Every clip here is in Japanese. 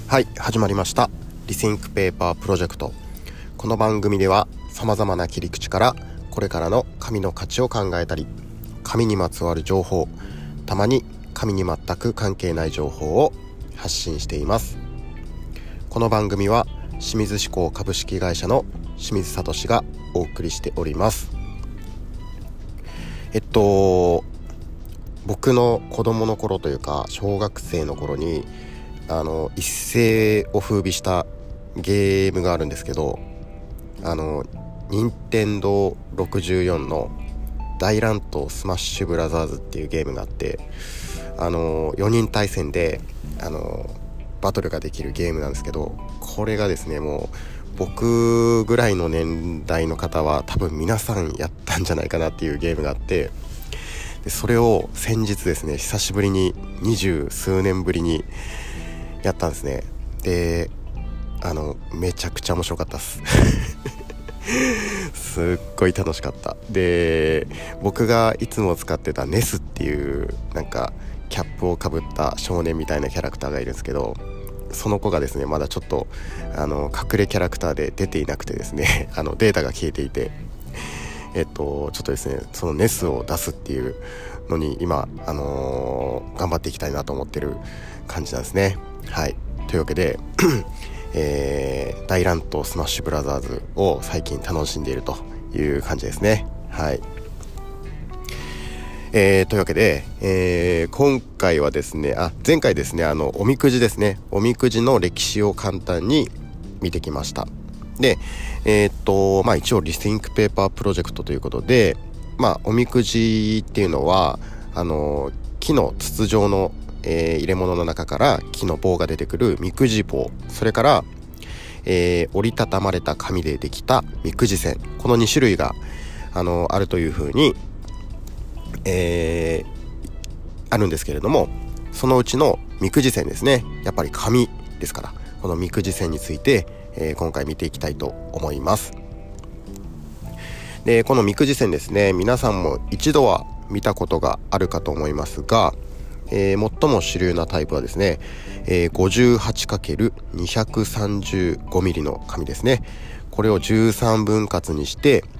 はい、始まりましたリシンクペーパープロジェクト。この番組では様々な切り口からこれからの紙の価値を考えたり、紙にまつわる情報、たまに紙に全く関係ない情報を発信しています。この番組は清水志向株式会社の清水聡がお送りしております。僕の子供の頃というか小学生の頃に一世を風靡したゲームがあるんですけど、任天堂64の大乱闘スマッシュブラザーズっていうゲームがあって、4人対戦でバトルができるゲームなんですけど、これがですね、もう僕ぐらいの年代の方は多分皆さんやったんじゃないかなっていうゲームがあって、でそれを先日ですね、久しぶりに20数年ぶりにやったんですね。でめちゃくちゃ面白かったですすっごい楽しかった。で僕がいつも使ってたネスっていうキャップをかぶった少年みたいなキャラクターがいるんですけど、その子がですねまだちょっと隠れキャラクターで出ていなくてですねデータが消えていて、ちょっとですねそのネスを出すっていうのに今頑張っていきたいなと思ってる感じなんですね。はい、というわけで大乱闘スマッシュブラザーズを最近楽しんでいるという感じですね。はい、というわけで、今回はですね前回ですねおみくじですね、おみくじの歴史を簡単に見てきました。で一応リシンクペーパープロジェクトということで、おみくじっていうのは木の筒状の入れ物の中から木の棒が出てくるみくじ棒、それから折りたたまれた紙でできたみくじ線、この2種類があるというふうに、あるんですけれども、そのうちのみくじ線ですね、やっぱり紙ですから、このみくじ線について、今回見ていきたいと思います。でこのみくじ線ですね、皆さんも一度は見たことがあるかと思いますが、最も主流なタイプはですね、58×235 ミリの紙ですね。これを13分割にして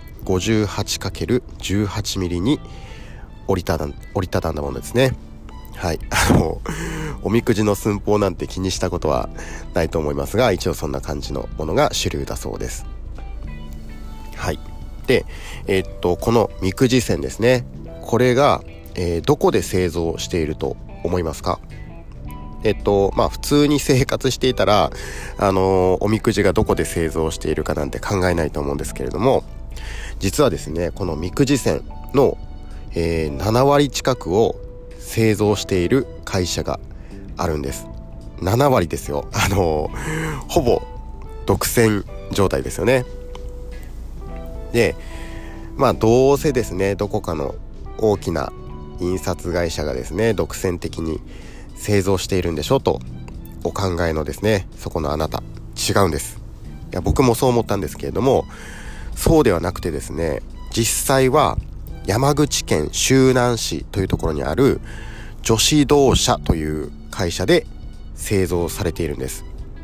58×18 ミリに折りたたんだものですね。はい、おみくじの寸法なんて気にしたことはないと思いますが、一応そんな感じのものが主流だそうです。はい、でこのみくじ線ですね、これがどこで製造していると思いますか？普通に生活していたらおみくじがどこで製造しているかなんて考えないと思うんですけれども、実はですねこのみくじ線の、7割近くを製造している会社があるんです。7割ですよ。ほぼ独占状態ですよね。でどうせですねどこかの大きな印刷会社がですね独占的に製造しているんでしょうとお考えのですね、そこのあなた、違うんです。いや僕もそう思ったんですけれども、そうではなくてですね、実際は山口県周南市というところにある女子自動車という会社で製造されているんです。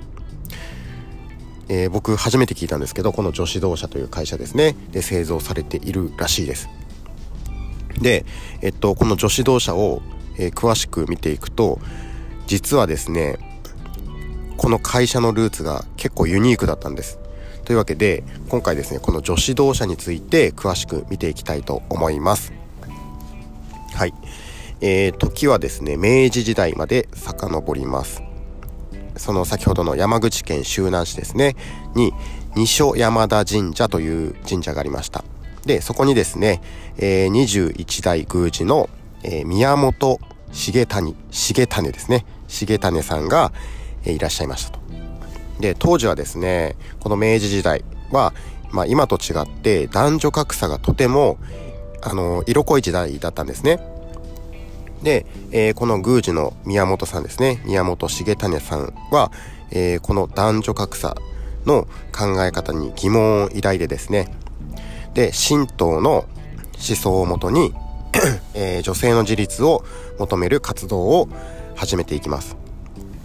僕初めて聞いたんですけど、この女子自動車という会社ですねで製造されているらしいです。で、この女子自動車を、詳しく見ていくと、実はですねこの会社のルーツが結構ユニークだったんです。というわけで今回ですねこの女子自動車について詳しく見ていきたいと思います。はい、時はですね明治時代まで遡ります。その先ほどの山口県周南市ですねに二所山田神社という神社がありました。でそこにですね、21代宮司の、宮本重種ですね、重種さんが、いらっしゃいましたと。で当時はですねこの明治時代は、今と違って男女格差がとても色濃い時代だったんですね。で、この宮司の宮本さんですね、宮本重種さんは、この男女格差の考え方に疑問を抱いてですね、で神道の思想をもとに、女性の自立を求める活動を始めていきます。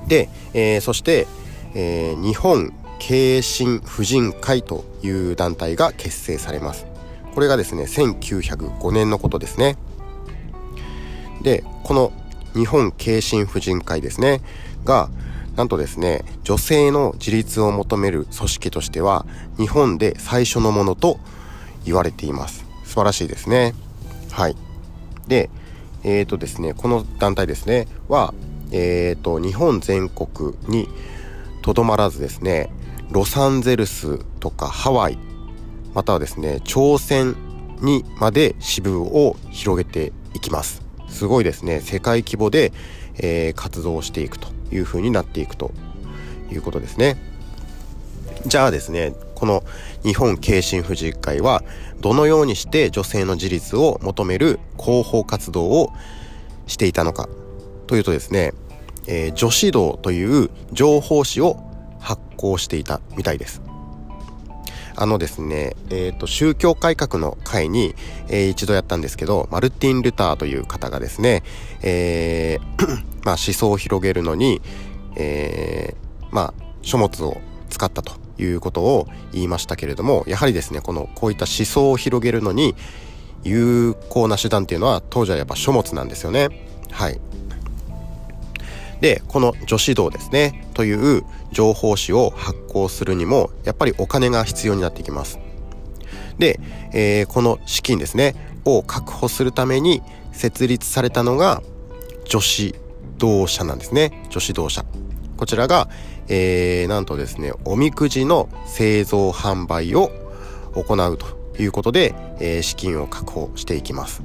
で、そして、日本経診婦人会という団体が結成されます。これがですね、1905年のことですね。で、この日本経診婦人会ですねが、なんとですね、女性の自立を求める組織としては日本で最初のものと言われています。素晴らしいですね。はい。で、ですね、この団体ですねは、日本全国にとどまらずですね、ロサンゼルスとかハワイ、またはですね、朝鮮にまで支部を広げていきます。すごいですね。世界規模で、活動していくという風になっていくということですね。じゃあですね、この日本経診婦人会はどのようにして女性の自立を求める広報活動をしていたのかというとですね、女子道という情報誌を発行していたみたいです。ですね、宗教改革の会に、一度やったんですけど、マルティン・ルターという方がですね、思想を広げるのに、書物を使ったということを言いましたけれども、やはりですね、こういった思想を広げるのに有効な手段っていうのは当時はやっぱ書物なんですよね。はい。で、この女子道ですねという情報誌を発行するにもやっぱりお金が必要になってきます。で、この資金ですねを確保するために設立されたのが女子道社なんですね。女子道社、こちらが、なんとですね、おみくじの製造販売を行うということで、資金を確保していきます。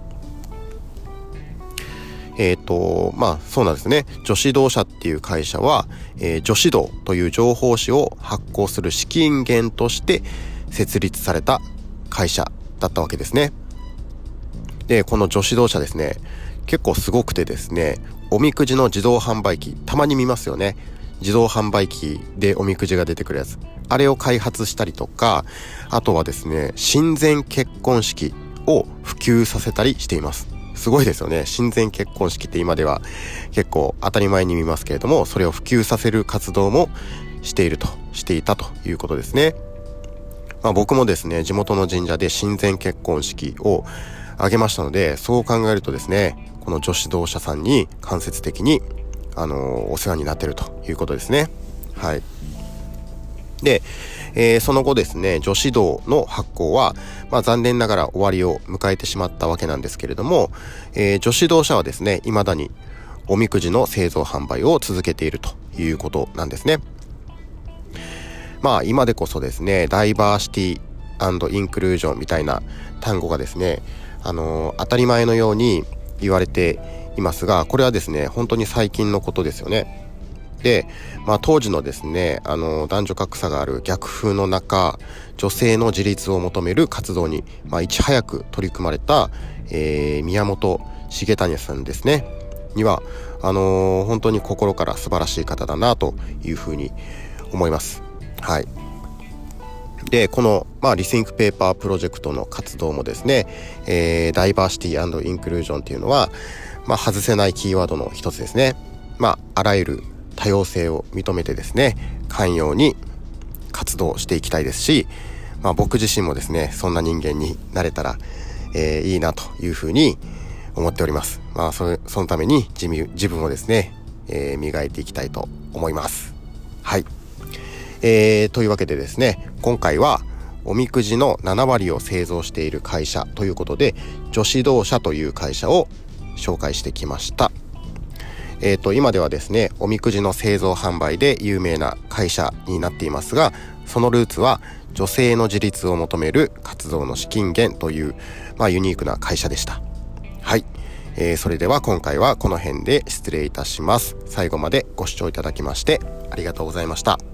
そうなんですね。女子道社っていう会社は、女子道という情報誌を発行する資金源として設立された会社だったわけですね。で、この女子道社ですね、結構すごくてですね、おみくじの自動販売機、たまに見ますよね。自動販売機でおみくじが出てくるやつ。あれを開発したりとか、あとはですね、親善結婚式を普及させたりしています。すごいですよね。親善結婚式って今では結構当たり前に見ますけれども、それを普及させる活動もしていたということですね。僕もですね、地元の神社で親善結婚式を挙げましたので、そう考えるとですね、この女子道社さんに間接的にお世話になっているということですね。はい。で、その後ですね、女子道の発行は、残念ながら終わりを迎えてしまったわけなんですけれども、女子道社はですね、未だにおみくじの製造販売を続けているということなんですね。今でこそですね、ダイバーシティ&インクルージョンみたいな単語がですね、当たり前のように言われていますが、これはですね、本当に最近のことですよね。で、当時のですね、男女格差がある逆風の中、女性の自立を求める活動に、いち早く取り組まれた、宮本重谷さんですねには本当に心から素晴らしい方だなというふうに思います。はい。で、この、リシンクペーパープロジェクトの活動もですね、ダイバーシティ&インクルージョンっていうのは、外せないキーワードの一つですね。あらゆる多様性を認めてですね、寛容に活動していきたいですし、僕自身もですね、そんな人間になれたら、いいなというふうに思っております。そのために自分をですね、磨いていきたいと思います。はい。というわけでですね、今回はおみくじの7割を製造している会社ということで、女子道社という会社を紹介してきました。今ではですね、おみくじの製造販売で有名な会社になっていますが、そのルーツは女性の自立を求める活動の資金源という、ユニークな会社でした。はい。それでは今回はこの辺で失礼いたします。最後までご視聴いただきましてありがとうございました。